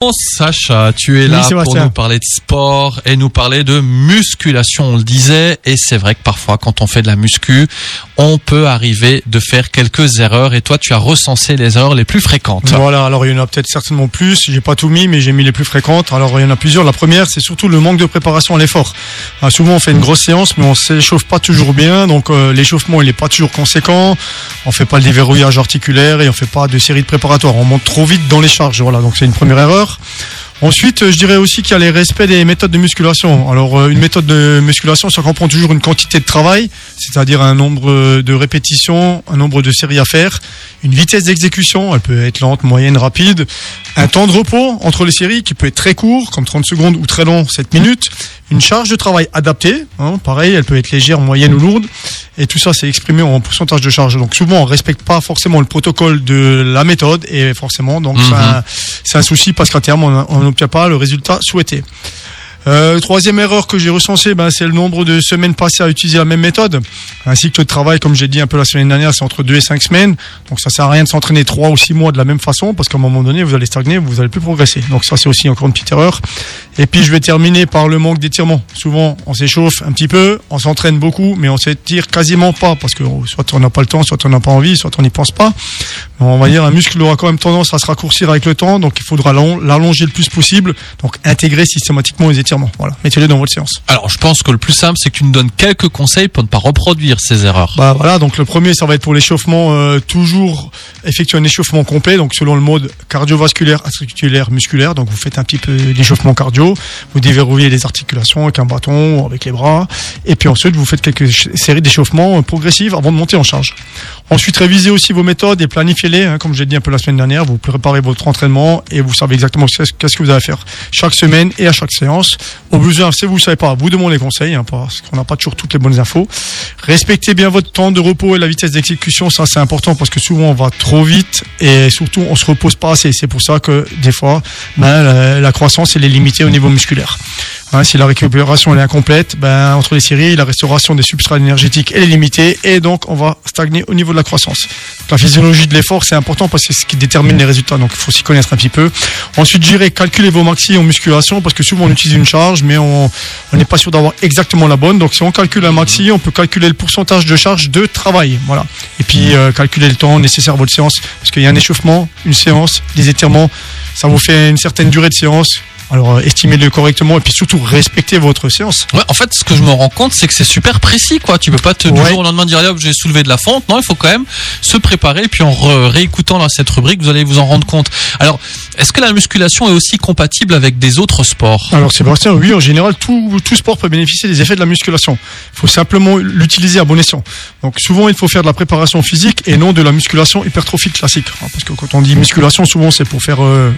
Sacha, tu es là pour nous parler de sport et nous parler de musculation, on le disait, et c'est vrai que parfois quand on fait de la muscu, on peut arriver de faire quelques erreurs, et toi tu as recensé les erreurs les plus fréquentes. Voilà, alors il y en a peut-être certainement plus, j'ai pas tout mis, mais j'ai mis les plus fréquentes. Alors il y en a plusieurs. La première, c'est surtout le manque de préparation à l'effort. Souvent on fait une grosse séance, mais on s'échauffe pas toujours bien, donc l'échauffement il est pas toujours conséquent, on fait pas le déverrouillage articulaire et on fait pas de série de préparatoires, on monte trop vite dans les charges, voilà, donc c'est une première erreur. Ensuite, je dirais aussi qu'il y a les respects des méthodes de musculation. Alors, une méthode de musculation, ça comprend toujours une quantité de travail, c'est-à-dire un nombre de répétitions, un nombre de séries à faire, une vitesse d'exécution, elle peut être lente, moyenne, rapide, un temps de repos entre les séries qui peut être très court, comme 30 secondes, ou très long, 7 minutes, une charge de travail adaptée, pareil, elle peut être légère, moyenne ou lourde, et tout ça c'est exprimé en pourcentage de charge. Donc souvent on respecte pas forcément le protocole de la méthode, et forcément donc c'est un souci parce qu'à terme on n'obtient pas le résultat souhaité. Troisième erreur que j'ai recensée, c'est le nombre de semaines passées à utiliser la même méthode. Un cycle de travail, comme j'ai dit un peu la semaine dernière, c'est entre 2 et 5 semaines. Donc ça sert à rien de s'entraîner 3 ou 6 mois de la même façon, parce qu'à un moment donné, vous allez stagner, vous allez plus progresser. Donc ça, c'est aussi encore une petite erreur. Et puis je vais terminer par le manque d'étirement. Souvent, on s'échauffe un petit peu, on s'entraîne beaucoup, mais on s'étire quasiment pas, parce que soit on n'a pas le temps, soit on n'a pas envie, soit on n'y pense pas. Mais on va dire, un muscle aura quand même tendance à se raccourcir avec le temps, donc il faudra l'allonger le plus possible. Donc intégrer systématiquement les étirements. Voilà, mettez-les dans votre séance. Alors, je pense que le plus simple, c'est que tu nous donnes quelques conseils pour ne pas reproduire ces erreurs. Voilà, donc le premier, ça va être pour l'échauffement, toujours effectuer un échauffement complet, donc selon le mode cardiovasculaire, articulaire, musculaire. Donc vous faites un petit peu d'échauffement cardio, vous déverrouillez les articulations avec un bâton ou avec les bras, et puis ensuite vous faites quelques séries d'échauffements progressives avant de monter en charge. Ensuite, révisez aussi vos méthodes et planifiez-les, comme j'ai dit un peu la semaine dernière. Vous préparez votre entraînement et vous savez exactement qu'est-ce que vous allez faire chaque semaine et à chaque séance. Au besoin, si vous ne savez pas, vous demandez conseil, parce qu'on n'a pas toujours toutes les bonnes infos. Respectez bien votre temps de repos et la vitesse d'exécution, ça c'est important parce que souvent on va trop vite et surtout on se repose pas assez. C'est pour ça que des fois, la croissance elle est limitée au niveau musculaire. Si la récupération elle est incomplète, entre les séries, la restauration des substrats énergétiques elle est limitée et donc on va stagner au niveau de la croissance. Donc, la physiologie de l'effort c'est important parce que c'est ce qui détermine les résultats, donc il faut s'y connaître un petit peu. Ensuite, calculer vos maxi en musculation parce que souvent on utilise une charge mais on n'est pas sûr d'avoir exactement la bonne. Donc si on calcule un maxi, on peut calculer le pourcentage de charge de travail, voilà. Et puis calculer le temps nécessaire à votre séance parce qu'il y a un échauffement, une séance, des étirements, ça vous fait une certaine durée de séance. Alors, estimez-le correctement et puis surtout respectez votre séance. Ouais, en fait, ce que je me rends compte, c'est que c'est super précis, quoi. Tu peux pas du jour au lendemain dire, allez hop, j'ai soulevé de la fonte. Non, il faut quand même se préparer. Et puis en réécoutant cette rubrique, vous allez vous en rendre compte. Alors, est-ce que la musculation est aussi compatible avec des autres sports? Alors, Sébastien, oui, en général, tout sport peut bénéficier des effets de la musculation. Il faut simplement l'utiliser à bon escient. Donc, souvent, il faut faire de la préparation physique et non de la musculation hypertrophie classique. Parce que quand on dit musculation, souvent, c'est pour faire,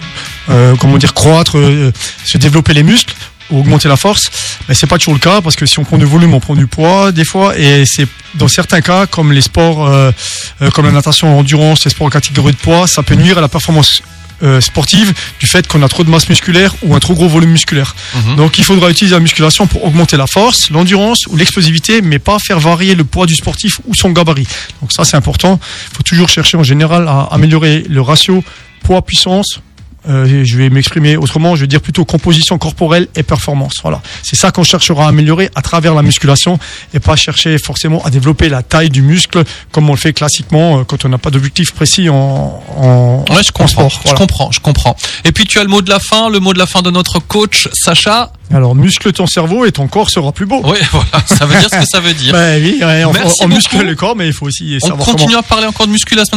croître, se développer les muscles ou augmenter la force, mais c'est pas toujours le cas parce que si on prend du volume, on prend du poids des fois, et c'est dans certains cas comme les sports comme la natation, l'endurance, les sports en catégorie de poids, ça peut nuire à la performance sportive du fait qu'on a trop de masse musculaire ou un trop gros volume musculaire. Donc il faudra utiliser la musculation pour augmenter la force, l'endurance ou l'explosivité, mais pas faire varier le poids du sportif ou son gabarit. Donc ça c'est important, il faut toujours chercher en général à améliorer le ratio poids-puissance. Je vais m'exprimer autrement, je vais dire plutôt composition corporelle et performance. Voilà, c'est ça qu'on cherchera à améliorer à travers la musculation et pas chercher forcément à développer la taille du muscle comme on le fait classiquement quand on n'a pas d'objectif précis en sport. Voilà. Je comprends. Et puis tu as le mot de la fin de notre coach Sacha. Alors, muscle ton cerveau et ton corps sera plus beau. Oui, voilà, ça veut dire ce que ça veut dire. Oui, on muscle le corps, mais il faut aussi savoir comment. On continue à parler encore de musculation.